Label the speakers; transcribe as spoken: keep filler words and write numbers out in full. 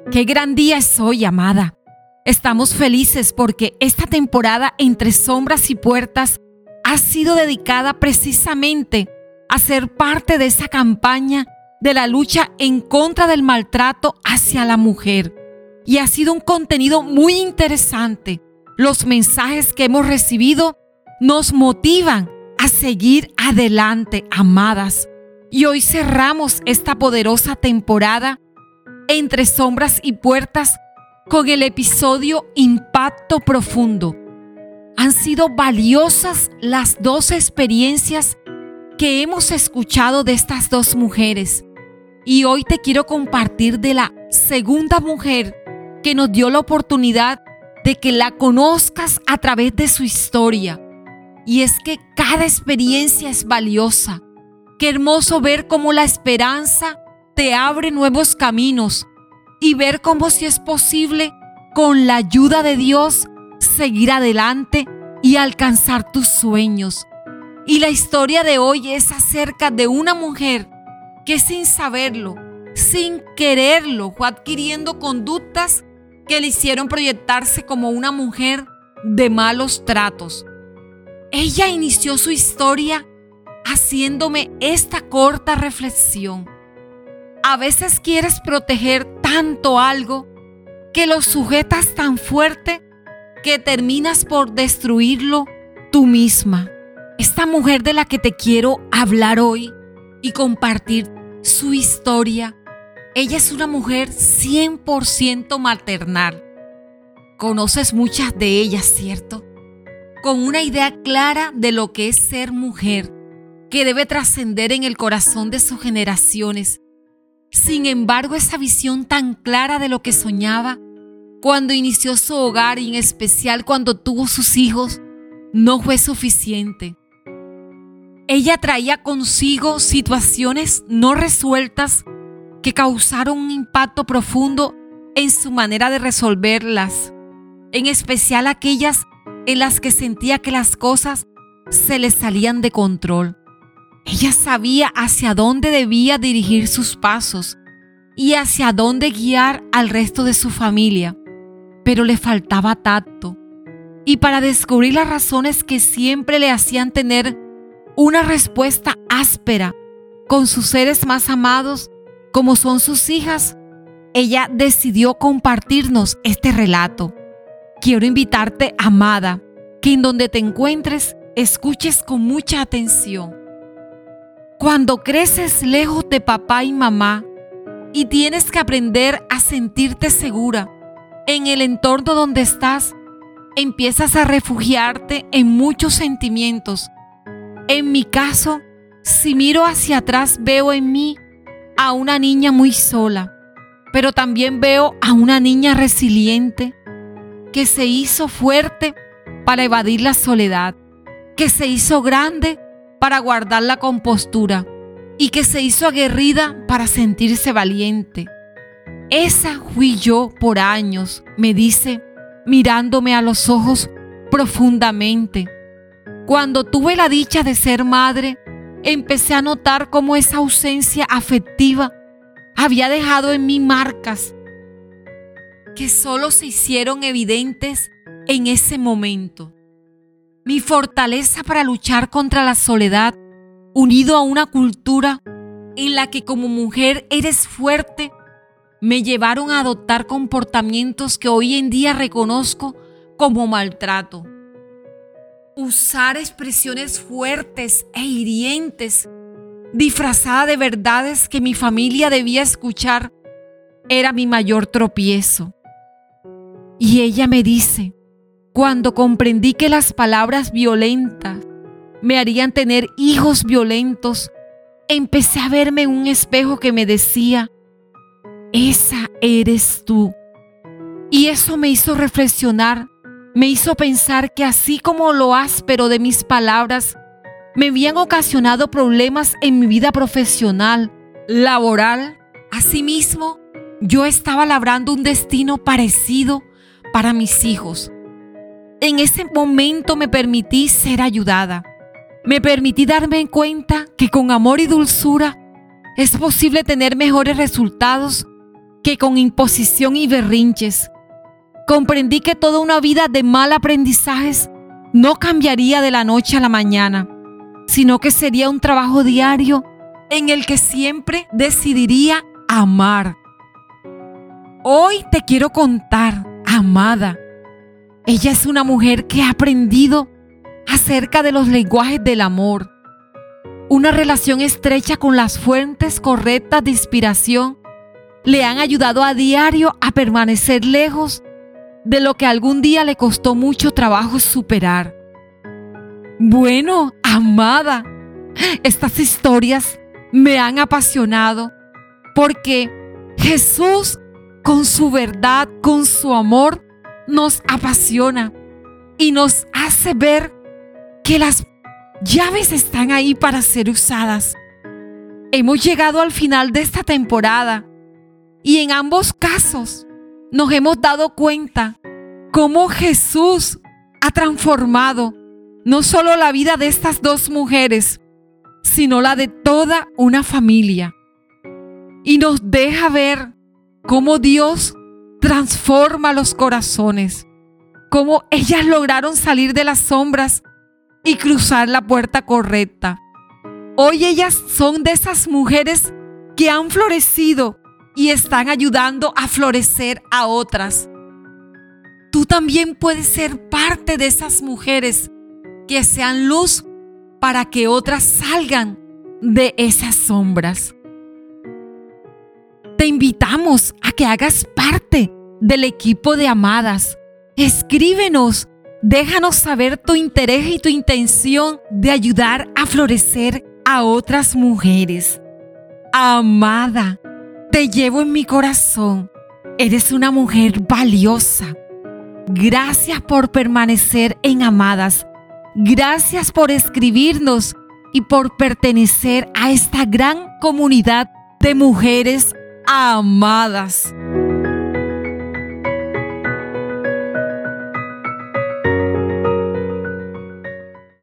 Speaker 1: Qué gran día es hoy, amada. Estamos felices porque esta temporada Entre Sombras y Puertas ha sido dedicada precisamente a ser parte de esa campaña de la lucha en contra del maltrato hacia la mujer. Y ha sido un contenido muy interesante. Los mensajes que hemos recibido nos motivan a seguir adelante, amadas. Y hoy cerramos esta poderosa temporada Entre Sombras y Puertas con el episodio Impacto Profundo. Han sido valiosas las dos experiencias que hemos escuchado de estas dos mujeres. Y hoy te quiero compartir de la segunda mujer que nos dio la oportunidad de que la conozcas a través de su historia. Y es que cada experiencia es valiosa. Qué hermoso ver cómo la esperanza te abre nuevos caminos y ver cómo, si es posible, con la ayuda de Dios, seguir adelante y alcanzar tus sueños. Y la historia de hoy es acerca de una mujer que sin saberlo, sin quererlo, fue adquiriendo conductas que le hicieron proyectarse como una mujer de malos tratos. Ella inició su historia haciéndome esta corta reflexión. A veces quieres proteger tanto algo que lo sujetas tan fuerte que terminas por destruirlo tú misma. Esta mujer de la que te quiero hablar hoy y compartir su historia, ella es una mujer cien por ciento maternal. Conoces muchas de ellas, ¿cierto? Con una idea clara de lo que es ser mujer, que debe trascender en el corazón de sus generaciones. Sin embargo, esa visión tan clara de lo que soñaba cuando inició su hogar y en especial cuando tuvo sus hijos, no fue suficiente. Ella traía consigo situaciones no resueltas que causaron un impacto profundo en su manera de resolverlas, en especial aquellas en las que sentía que las cosas se le salían de control. Ella sabía hacia dónde debía dirigir sus pasos y hacia dónde guiar al resto de su familia, pero le faltaba tacto. Y para descubrir las razones que siempre le hacían tener una respuesta áspera con sus seres más amados, como son sus hijas, ella decidió compartirnos este relato. Quiero invitarte, amada, que en donde te encuentres, escuches con mucha atención. Cuando creces lejos de papá y mamá y tienes que aprender a sentirte segura en el entorno donde estás, empiezas a refugiarte en muchos sentimientos. En mi caso, si miro hacia atrás, veo en mí a una niña muy sola, pero también veo a una niña resiliente que se hizo fuerte para evadir la soledad, que se hizo grande para guardar la compostura y que se hizo aguerrida para sentirse valiente. Esa fui yo por años, me dice, mirándome a los ojos profundamente. Cuando tuve la dicha de ser madre, empecé a notar cómo esa ausencia afectiva había dejado en mí marcas que solo se hicieron evidentes en ese momento. Mi fortaleza para luchar contra la soledad, unido a una cultura en la que como mujer eres fuerte, me llevaron a adoptar comportamientos que hoy en día reconozco como maltrato. Usar expresiones fuertes e hirientes, disfrazada de verdades que mi familia debía escuchar, era mi mayor tropiezo. Y ella me dice, cuando comprendí que las palabras violentas me harían tener hijos violentos, empecé a verme en un espejo que me decía, esa eres tú. Y eso me hizo reflexionar, me hizo pensar que así como lo áspero de mis palabras me habían ocasionado problemas en mi vida profesional, laboral, asimismo, yo estaba labrando un destino parecido para mis hijos. En ese momento me permití ser ayudada. Me permití darme cuenta que con amor y dulzura es posible tener mejores resultados que con imposición y berrinches. Comprendí que toda una vida de mal aprendizajes no cambiaría de la noche a la mañana, sino que sería un trabajo diario en el que siempre decidiría amar. Hoy te quiero contar, amada, ella es una mujer que ha aprendido acerca de los lenguajes del amor, una relación estrecha con las fuentes correctas de inspiración le han ayudado a diario a permanecer lejos de lo que algún día le costó mucho trabajo superar. Bueno, amada, estas historias me han apasionado porque Jesús, con su verdad, con su amor, nos apasiona y nos hace ver que las llaves están ahí para ser usadas. Hemos llegado al final de esta temporada y en ambos casos nos hemos dado cuenta cómo Jesús ha transformado no solo la vida de estas dos mujeres, sino la de toda una familia. Y nos deja ver cómo Dios transforma los corazones, cómo ellas lograron salir de las sombras y cruzar la puerta correcta. Hoy ellas son de esas mujeres que han florecido y están ayudando a florecer a otras. Tú también puedes ser parte de esas mujeres que sean luz para que otras salgan de esas sombras. Te invitamos a que hagas parte del equipo de Amadas. Escríbenos, déjanos saber tu interés y tu intención de ayudar a florecer a otras mujeres. Amada, te llevo en mi corazón. Eres una mujer valiosa. Gracias por permanecer en Amadas. Gracias por escribirnos y por pertenecer a esta gran comunidad de mujeres amadas.